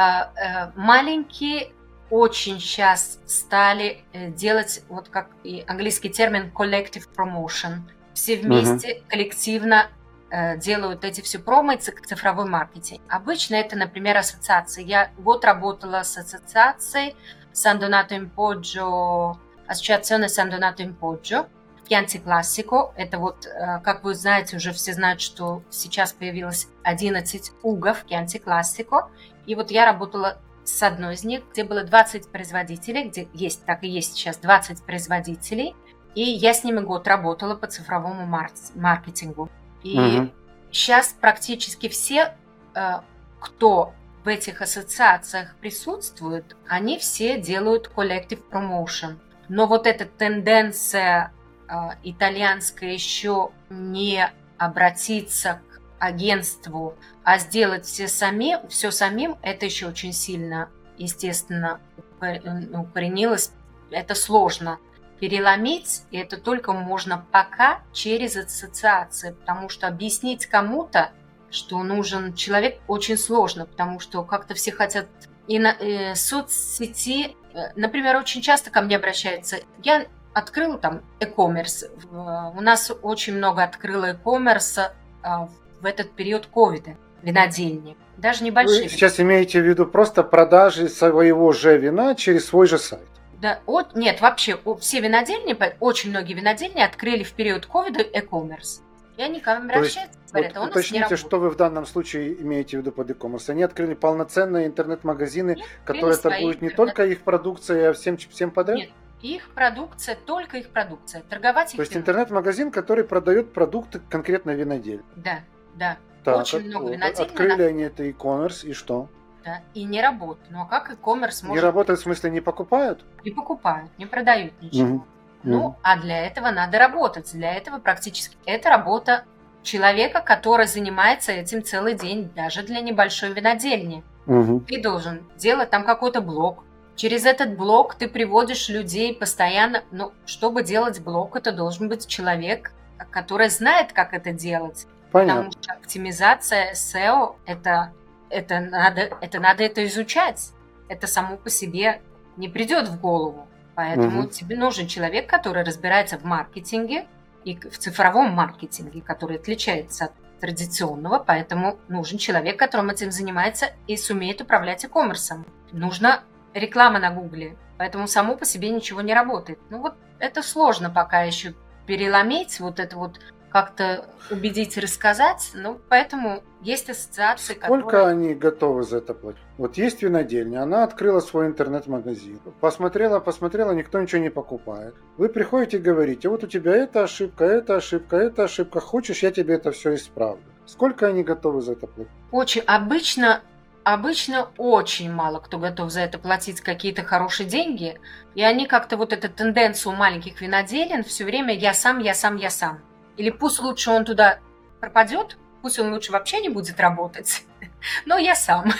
Маленькие очень сейчас стали делать, вот как и английский термин collective promotion. Все вместе, uh-huh. коллективно э, делают эти все промо и цифровой маркетинг. Обычно это, например, ассоциации. Я год работала с ассоциацией San Donato in Poggio, Associazione San Donato in Poggio, в Chianti Classico. Это вот, э, как вы знаете, уже все знают, что сейчас появилось одиннадцать угов Chianti Classico. И вот я работала с одной из них, где было двадцать производителей, где есть, так и есть сейчас двадцать производителей. И я с ними год работала по цифровому маркетингу. И uh-huh. сейчас практически все, кто в этих ассоциациях присутствует, они все делают collective promotion. Но вот эта тенденция итальянская еще не обратиться к агентству, а сделать все, сами, все самим, это еще очень сильно, естественно, укоренилось. Это сложно переломить, и это только можно пока через ассоциации, потому что объяснить кому-то, что нужен человек, очень сложно, потому что как-то все хотят и на э, соцсети, э, например, очень часто ко мне обращаются, я открыла там e-commerce, э, у нас очень много открыла e-commerce э, в этот период ковида, винодельни, даже небольшие. Вы сейчас имеете в виду просто продажи своего же вина через свой же сайт? Да, от, нет, вообще все винодельни, очень многие винодельни открыли в период ковида e-commerce. И они ко мне обращаются, говорят, вот, уточните, что вы в данном случае имеете в виду под e-commerce. Они открыли полноценные интернет-магазины, Нет, которые торгуют не только их продукцией, а всем, всем подряд? Нет, их продукция, только их продукция. Торговать их То есть вином. Интернет-магазин, который продает продукты конкретно винодельни? Да, да. Так, очень от, много винодельни. Открыли на... они это e-commerce, и что? Да, и не работает. Ну а как e-commerce может... Не работает, в смысле, не покупают? Не покупают, не продают ничего. Угу. Ну, угу. а для этого надо работать. Для этого практически это работа человека, который занимается этим целый день, даже для небольшой винодельни. Угу. Ты должен делать там какой-то блог. Через этот блог ты приводишь людей постоянно. Ну, чтобы делать блог, это должен быть человек, который знает, как это делать. Понятно. Потому что оптимизация сео это, это, надо, это надо это изучать. Это само по себе не придет в голову. Поэтому угу. тебе нужен человек, который разбирается в маркетинге и в цифровом маркетинге, который отличается от традиционного. Поэтому нужен человек, которым этим занимается и сумеет управлять e-commerce. Нужна реклама на Гугле. Поэтому само по себе ничего не работает. Ну вот это сложно пока еще переломить, вот это вот как-то убедить и рассказать. Ну, поэтому есть ассоциации, Сколько которые... они готовы за это платить? Вот есть винодельня, она открыла свой интернет-магазин. Посмотрела, посмотрела, никто ничего не покупает. Вы приходите и говорите, вот у тебя эта ошибка, эта ошибка, эта ошибка. Хочешь, я тебе это все исправлю. Сколько они готовы за это платить? Очень. Обычно, обычно очень мало кто готов за это платить какие-то хорошие деньги. И они как-то вот эту тенденцию маленьких виноделин все время «я сам, я сам, я сам». Или пусть лучше он туда пропадет, пусть он лучше вообще не будет работать, но я сам.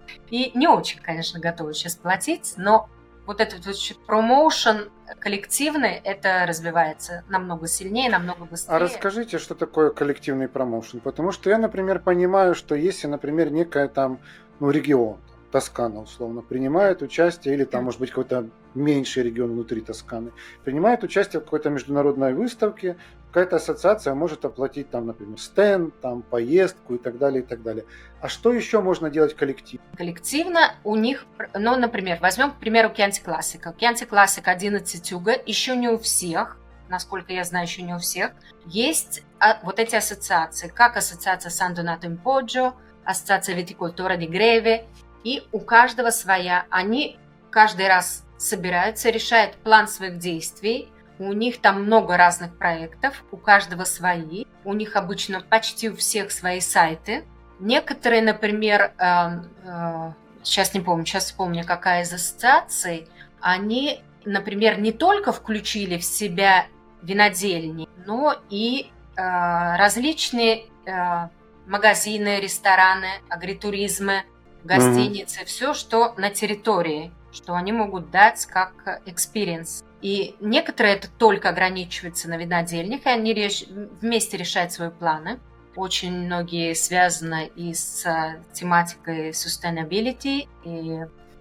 И не очень, конечно, готова сейчас платить, но вот этот вот промоушен коллективный, это развивается намного сильнее, намного быстрее. А расскажите, что такое коллективный промоушен? Потому что я, например, понимаю, что если, например, некая там, ну, регион, Тоскана, условно, принимает участие, или там, может быть, какой-то меньший регион внутри Тосканы, принимает участие в какой-то международной выставке, какая-то ассоциация может оплатить там, например, стенд, там, поездку и так далее, и так далее. А что еще можно делать коллективно? Коллективно у них, ну, например, возьмем, к примеру, Chianti Classico. Chianti Classico одиннадцать уга, еще не у всех, насколько я знаю, еще не у всех, есть вот эти ассоциации, как ассоциация San Donato in Poggio, ассоциация Viticoltura di Greve, и у каждого своя. Они каждый раз собираются, решают план своих действий. У них там много разных проектов, у каждого свои. У них обычно почти у всех свои сайты. Некоторые, например, э, э, сейчас не помню, сейчас вспомню, какая из ассоциаций, они, например, не только включили в себя винодельни, но и э, различные э, магазины, рестораны, агритуризмы, гостиницы, mm-hmm. все, что на территории, что они могут дать как experience. И некоторые это только ограничиваются на винодельнях, и они реш... вместе решают свои планы. Очень многие связаны и с тематикой sustainability, и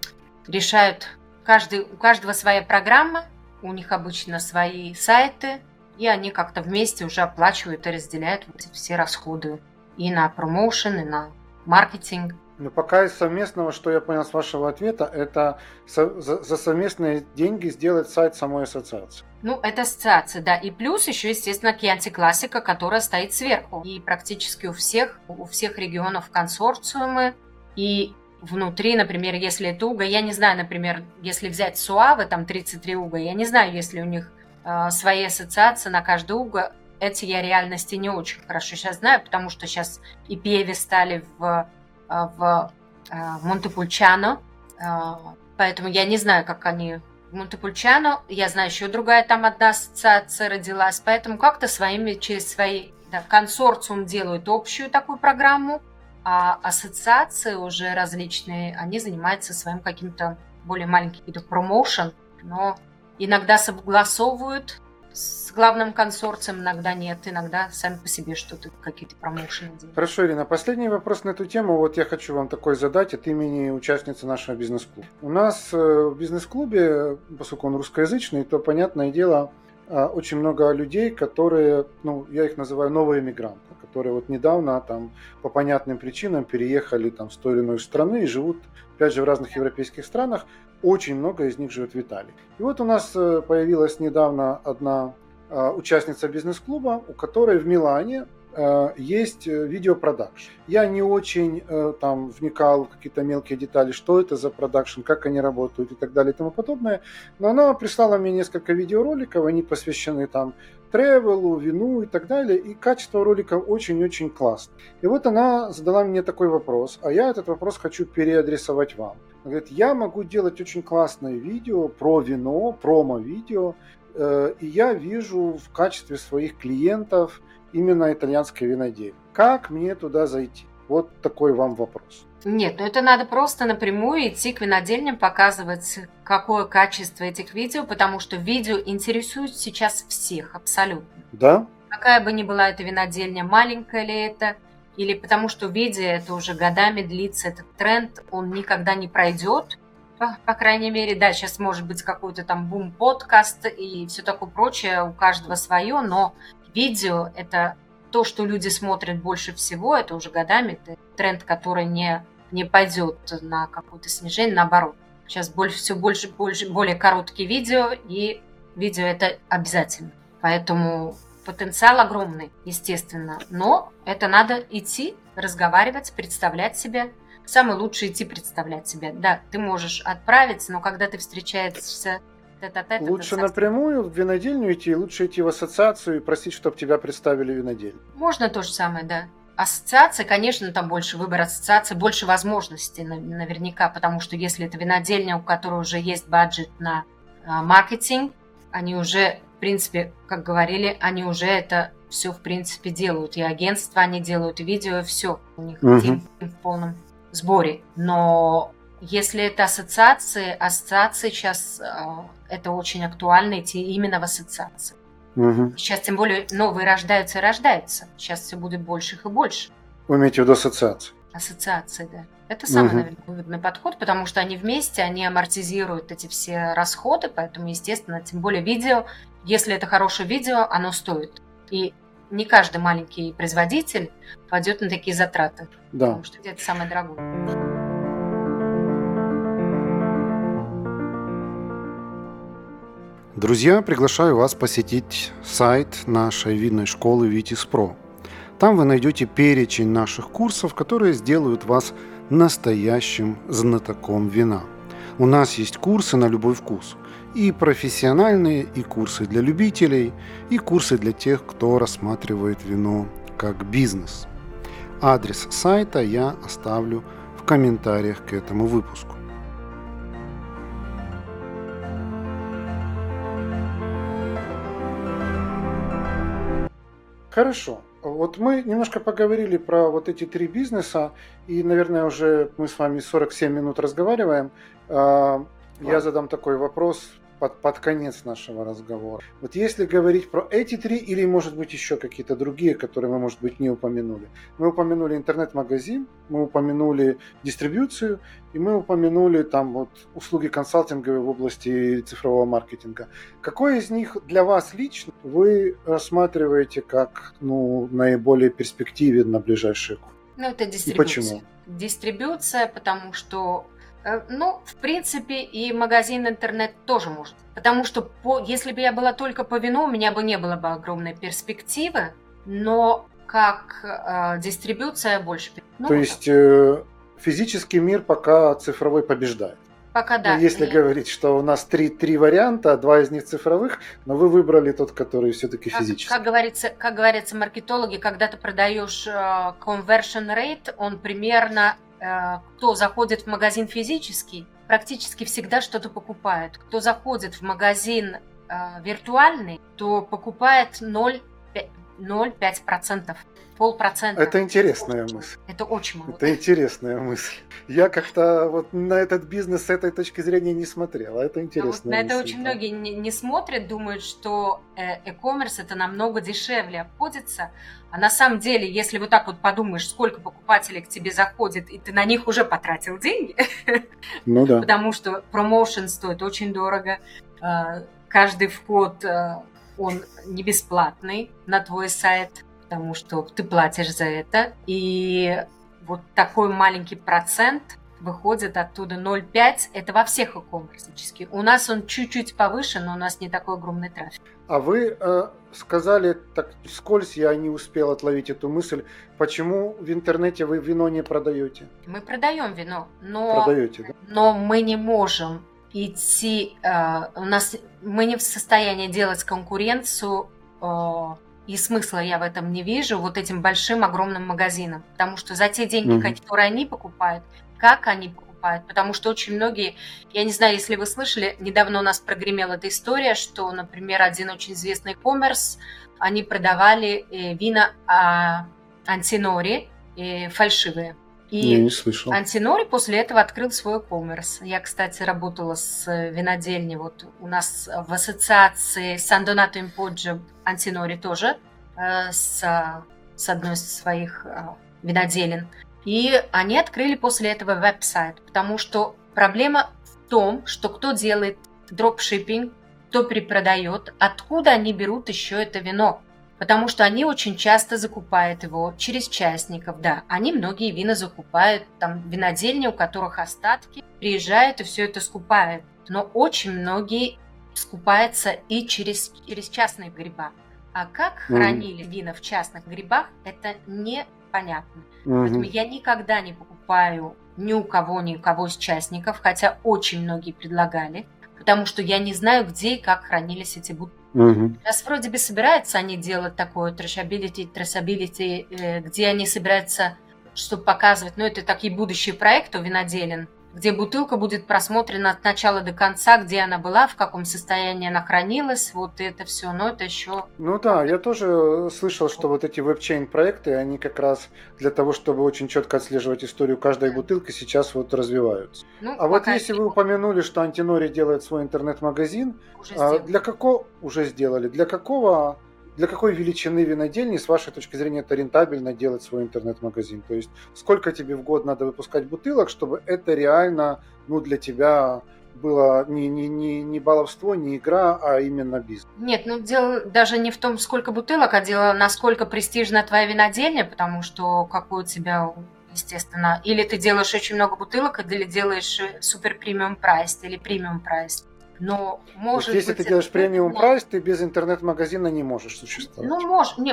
решают, каждый, у каждого своя программа, у них обычно свои сайты, и они как-то вместе уже оплачивают и разделяют вот все расходы и на промоушен, и на маркетинг. Но пока из совместного, что я понял с вашего ответа, это со, за, за совместные деньги сделать сайт самой ассоциации. Ну, это ассоциация, да. И плюс еще, естественно, Chianti Classica, которая стоит сверху. И практически у всех, у всех регионов консорциумы. И внутри, например, если это уго, я не знаю, например, если взять Суавы, там тридцать три уго, я не знаю, если у них э, свои ассоциации на каждый уго. Эти я реальности не очень хорошо сейчас знаю, потому что сейчас и Пьеви стали в... в Монтепульчано, поэтому я не знаю, как они в Монтепульчано, я знаю, еще другая там одна ассоциация родилась, поэтому как-то своими, через свои, да, консорциум делают общую такую программу, а ассоциации уже различные, они занимаются своим каким-то более маленьким промоушен, но иногда согласовывают с главным консорцием, иногда нет, иногда сами по себе что-то, какие-то промоушены делают. Хорошо, Ирина, последний вопрос на эту тему. Вот я хочу вам такой задать от имени участницы нашего бизнес-клуба. У нас в бизнес-клубе, поскольку он русскоязычный, то, понятное дело, очень много людей, которые, ну, я их называю новые мигранты, которые вот недавно там по понятным причинам переехали там с той или иной страны и живут, опять же, в разных европейских странах. Очень много из них живет в Италии. И вот у нас появилась недавно одна участница бизнес-клуба, у которой в Милане есть видеопродакшн. Я не очень там вникал в какие-то мелкие детали, что это за продакшн, как они работают и так далее и тому подобное. Но она прислала мне несколько видеороликов, они посвящены там тревелу, вину и так далее. И качество роликов очень-очень классное. И вот она задала мне такой вопрос, а я этот вопрос хочу переадресовать вам. Она говорит, я могу делать очень классное видео про вино, промо-видео, и я вижу в качестве своих клиентов именно итальянское виноделие. Как мне туда зайти? Вот такой вам вопрос. Нет, ну это надо просто напрямую идти к винодельням, показывать, какое качество этих видео, потому что видео интересует сейчас всех абсолютно. Да? Какая бы ни была эта винодельня, маленькая ли это, или потому что видео это уже годами длится, этот тренд, он никогда не пройдет. По, по крайней мере, да, сейчас может быть какой-то там бум-подкаст и все такое прочее, у каждого свое, но видео – это то, что люди смотрят больше всего, это уже годами, это тренд, который не, не пойдет на какое-то снижение, наоборот. Сейчас больше, все больше, больше, более короткие видео, и видео – это обязательно. Поэтому потенциал огромный, естественно, но это надо идти, разговаривать, представлять себя. Самое лучшее идти представлять себя. Да, ты можешь отправиться, но когда ты встречаешься тет-а-тет... Лучше напрямую в винодельню идти, лучше идти в ассоциацию и просить, чтобы тебя представили в винодельню. Можно то же самое, да. Ассоциация, конечно, там больше выбор ассоциации, больше возможностей наверняка, потому что если это винодельня, у которой уже есть бюджет на а, маркетинг, они уже, в принципе, как говорили, они уже это все, в принципе, делают. И агентства они делают, и видео, и все. У них uh-huh. тим в полном сборе. Но если это ассоциации, ассоциации сейчас э, это очень актуально идти именно в ассоциации. Угу. Сейчас тем более новые рождаются и рождаются. Сейчас все будет больше их и больше. Вы имеете в виду ассоциации? Ассоциации, да. Это самый, угу. наверное, выгодный подход, потому что они вместе, они амортизируют эти все расходы, поэтому, естественно, тем более видео, если это хорошее видео, оно стоит. И не каждый маленький производитель пойдет на такие затраты, да. Потому что это самое дорогое. Друзья, приглашаю вас посетить сайт нашей винной школы Vitis Pro. Там вы найдете перечень наших курсов, которые сделают вас настоящим знатоком вина. У нас есть курсы на любой вкус. И профессиональные, и курсы для любителей, и курсы для тех, кто рассматривает вино как бизнес. Адрес сайта я оставлю в комментариях к этому выпуску. Хорошо. Вот мы немножко поговорили про вот эти три бизнеса, и, наверное, уже мы с вами сорок семь минут разговариваем. Я задам такой вопрос под, под конец нашего разговора. Вот если говорить про эти три, или, может быть, еще какие-то другие, которые мы, может быть, не упомянули. Мы упомянули интернет-магазин, мы упомянули дистрибьюцию, и мы упомянули там вот услуги консалтинговые в области цифрового маркетинга. Какой из них для вас лично вы рассматриваете как, ну, наиболее перспективен на ближайшие годы? Ну, это дистрибьюция. И почему? Дистрибьюция, потому что ну, в принципе, и магазин интернет тоже может. Потому что по, если бы я была только по вину, у меня бы не было бы огромной перспективы, но как э, дистрибьюция больше. Ну, То есть э, физический мир пока цифровой побеждает. Пока да. Ну, если и... говорить, что у нас три, три варианта, два из них цифровых, но вы выбрали тот, который все-таки как, физический. Как говорится, как говорится маркетологи, когда ты продаешь э, conversion rate, он примерно... Кто заходит в магазин физический, практически всегда что-то покупает. Кто заходит в магазин э, виртуальный, то покупает ноль целых пять десятых процента. Полпроцента. Это интересная мысль. Это очень мало. Это интересная мысль. Я как-то вот на этот бизнес с этой точки зрения не смотрел. Это интересная вот на мысль. это очень да. многие не, не смотрят, думают, что e-commerce это намного дешевле обходится. А на самом деле, если вот так вот подумаешь, сколько покупателей к тебе заходит, и ты на них уже потратил деньги, ну да. Потому что промоушен стоит очень дорого. Каждый вход, он не бесплатный на твой сайт, потому что ты платишь за это, и вот такой маленький процент выходит оттуда ноль целых пять десятых, это во всех e-commerce. У нас он чуть-чуть повыше, но у нас не такой огромный трафик. А вы э, сказали, так вскользь я не успел отловить эту мысль, почему в интернете вы вино не продаете? Мы продаем вино, но, продаете, да? но мы не можем идти, э, у нас мы не в состоянии делать конкуренцию, э, и смысла я в этом не вижу, вот этим большим, огромным магазинам. Потому что за те деньги, mm-hmm. которые они покупают, как они покупают, потому что очень многие, я не знаю, если вы слышали, недавно у нас прогремела эта история, что, например, один очень известный e-commerce, они продавали вина Антинори, фальшивые. И я не слышал. Антинори после этого открыл свой e-commerce. Я, кстати, работала с винодельней, вот у нас в ассоциации Сан Донато ин Поджо Антинори тоже э, с, с одной из своих э, виноделин. И они открыли после этого веб-сайт, потому что проблема в том, что кто делает дропшиппинг, кто перепродает, откуда они берут еще это вино. Потому что они очень часто закупают его через частников, да. Они многие вина закупают, там винодельни, у которых остатки, приезжают и все это скупают. Но очень многие скупаются и через, через частные греба. А как mm-hmm. хранили вина в частных гребах, это непонятно. Mm-hmm. Поэтому я никогда не покупаю ни у кого, ни у кого из частников, хотя очень многие предлагали, потому что я не знаю, где и как хранились эти бутылки. Угу. Сейчас вроде бы собираются они делать такое traceability, traceability, где они собираются, чтобы показывать, ну это такие будущие проекты у виноделин, где бутылка будет просмотрена от начала до конца, где она была, в каком состоянии она хранилась, вот это все, но это еще... Ну да, я тоже слышал, что вот эти веб-чейн проекты, они как раз для того, чтобы очень четко отслеживать историю каждой бутылки, сейчас вот развиваются. Ну, а вот если вы упомянули, что Антинори делает свой интернет-магазин, а для какого... Уже сделали. Для какого... Для какой величины винодельни, с вашей точки зрения, это рентабельно делать свой интернет-магазин? То есть сколько тебе в год надо выпускать бутылок, чтобы это реально, ну, для тебя было не, не, не, не баловство, не игра, а именно бизнес? Нет, ну дело даже не в том, сколько бутылок, а дело, насколько престижна твоя винодельня, потому что какой у тебя, естественно, или ты делаешь очень много бутылок, или делаешь супер премиум прайс, или премиум прайс. Но может есть, если быть, ты делаешь премиум прайс, ты без интернет-магазина не можешь существовать. Ну, можешь. Не,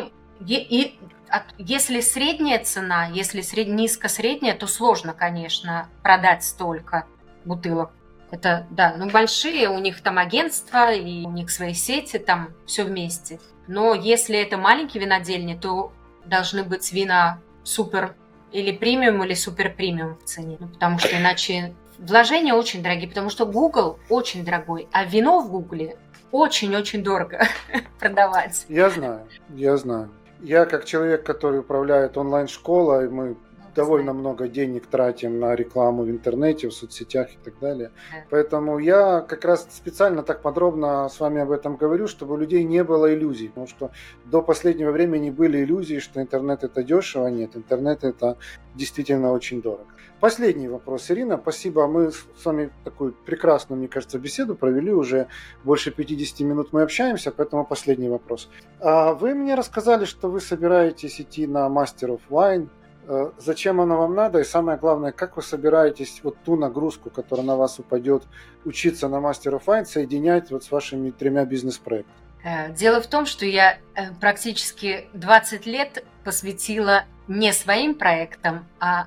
И, и от, если средняя цена, если сред, низко-средняя, то сложно, конечно, продать столько бутылок. Это, да, ну большие, у них там агентства, и у них свои сети, там все вместе. Но если это маленькие винодельни, то должны быть вина супер или премиум, или супер премиум в цене. Ну, потому что иначе вложения очень дорогие, потому что Google очень дорогой, а вино в Google очень-очень дорого продавать. Я знаю, я знаю. Я как человек, который управляет онлайн-школой, мы довольно много денег тратим на рекламу в интернете, в соцсетях и так далее. Да. Поэтому я как раз специально так подробно с вами об этом говорю, чтобы у людей не было иллюзий. Потому что до последнего времени были иллюзии, что интернет это дешево. Нет, интернет это действительно очень дорого. Последний вопрос, Ирина. Спасибо. Мы с вами такую прекрасную, мне кажется, беседу провели. Уже больше пятьдесят минут мы общаемся, поэтому последний вопрос. Вы мне рассказали, что вы собираетесь идти на Master of Wine. Зачем оно вам надо? И самое главное, как вы собираетесь вот ту нагрузку, которая на вас упадет, учиться на Master of Wine, соединять вот с вашими тремя бизнес-проектами? Дело в том, что я практически двадцать лет посвятила не своим проектам, а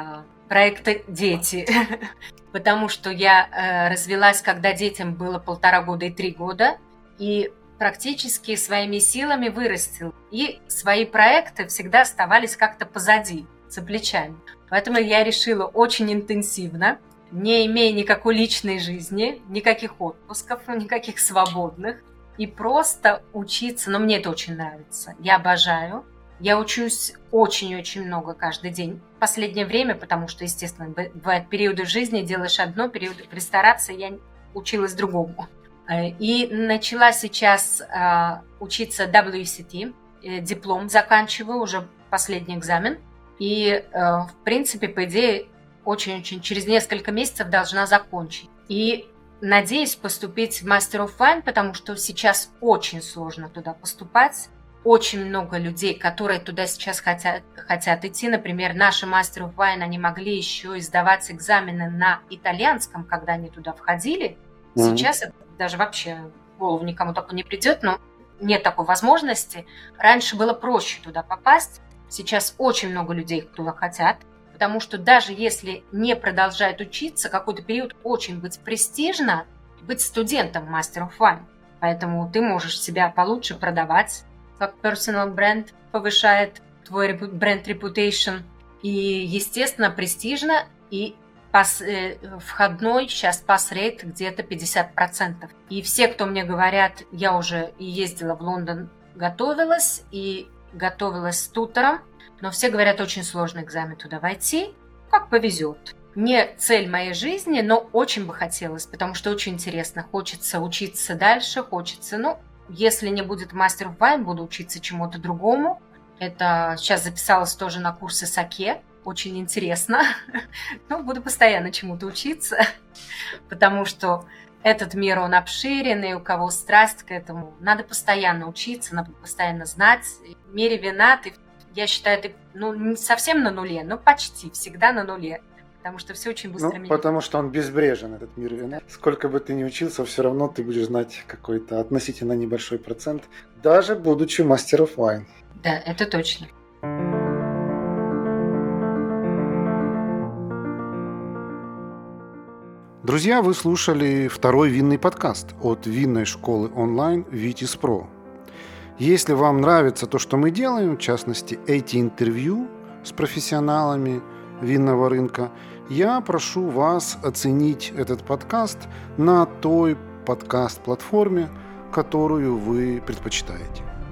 проекты «Дети». Потому что я развелась, когда детям было полтора года и три года, и практически своими силами вырастил. И свои проекты всегда оставались как-то позади, за плечами. Поэтому я решила очень интенсивно, не имея никакой личной жизни, никаких отпусков, никаких свободных, и просто учиться. Но мне это очень нравится. Я обожаю. Я учусь очень-очень много каждый день. В последнее время, потому что, естественно, бывают периоды в жизни, делаешь одно, периоды в ресторации, я училась другому. И начала сейчас э, учиться дабл ю си ти, э, диплом заканчиваю, уже последний экзамен. И, э, в принципе, по идее, очень-очень через несколько месяцев должна закончить. И надеюсь поступить в Master of Wine, потому что сейчас очень сложно туда поступать. Очень много людей, которые туда сейчас хотят, хотят идти. Например, наши Master of Wine, они могли еще и сдавать экзамены на итальянском, когда они туда входили. Mm-hmm. Сейчас это даже вообще в голову никому такое не придет, но нет такой возможности. Раньше было проще туда попасть. Сейчас очень много людей туда хотят, потому что даже если не продолжают учиться, какой-то период очень быть престижно, быть студентом Master of Wine. Поэтому ты можешь себя получше продавать, как personal бренд, повышает твой бренд reputation. И, естественно, престижно, и пас, э, входной сейчас пас-рейт где-то пятьдесят процентов. И все, кто мне говорят, я уже и ездила в Лондон, готовилась, и готовилась с тутором, но все говорят, очень сложный экзамен туда войти, как повезет. Не цель моей жизни, но очень бы хотелось, потому что очень интересно. Хочется учиться дальше, хочется, ну, если не будет Master of Wine, буду учиться чему-то другому. Это сейчас записалась тоже на курсы саке. Очень интересно. Ну, буду постоянно чему-то учиться, потому что этот мир, он обширенный, у кого страсть к этому. Надо постоянно учиться, надо постоянно знать. В мире вина ты, я считаю, ты ну, не совсем на нуле, но почти всегда на нуле. Потому что все очень быстро ну, меняется. Потому что он безбрежен, этот мир вина. Сколько бы ты ни учился, все равно ты будешь знать какой-то относительно небольшой процент, даже будучи Master of Wine. Да, это точно. Друзья, вы слушали второй винный подкаст от винной школы онлайн Vitis Pro. Если вам нравится то, что мы делаем, в частности, эти интервью с профессионалами винного рынка, я прошу вас оценить этот подкаст на той подкаст-платформе, которую вы предпочитаете.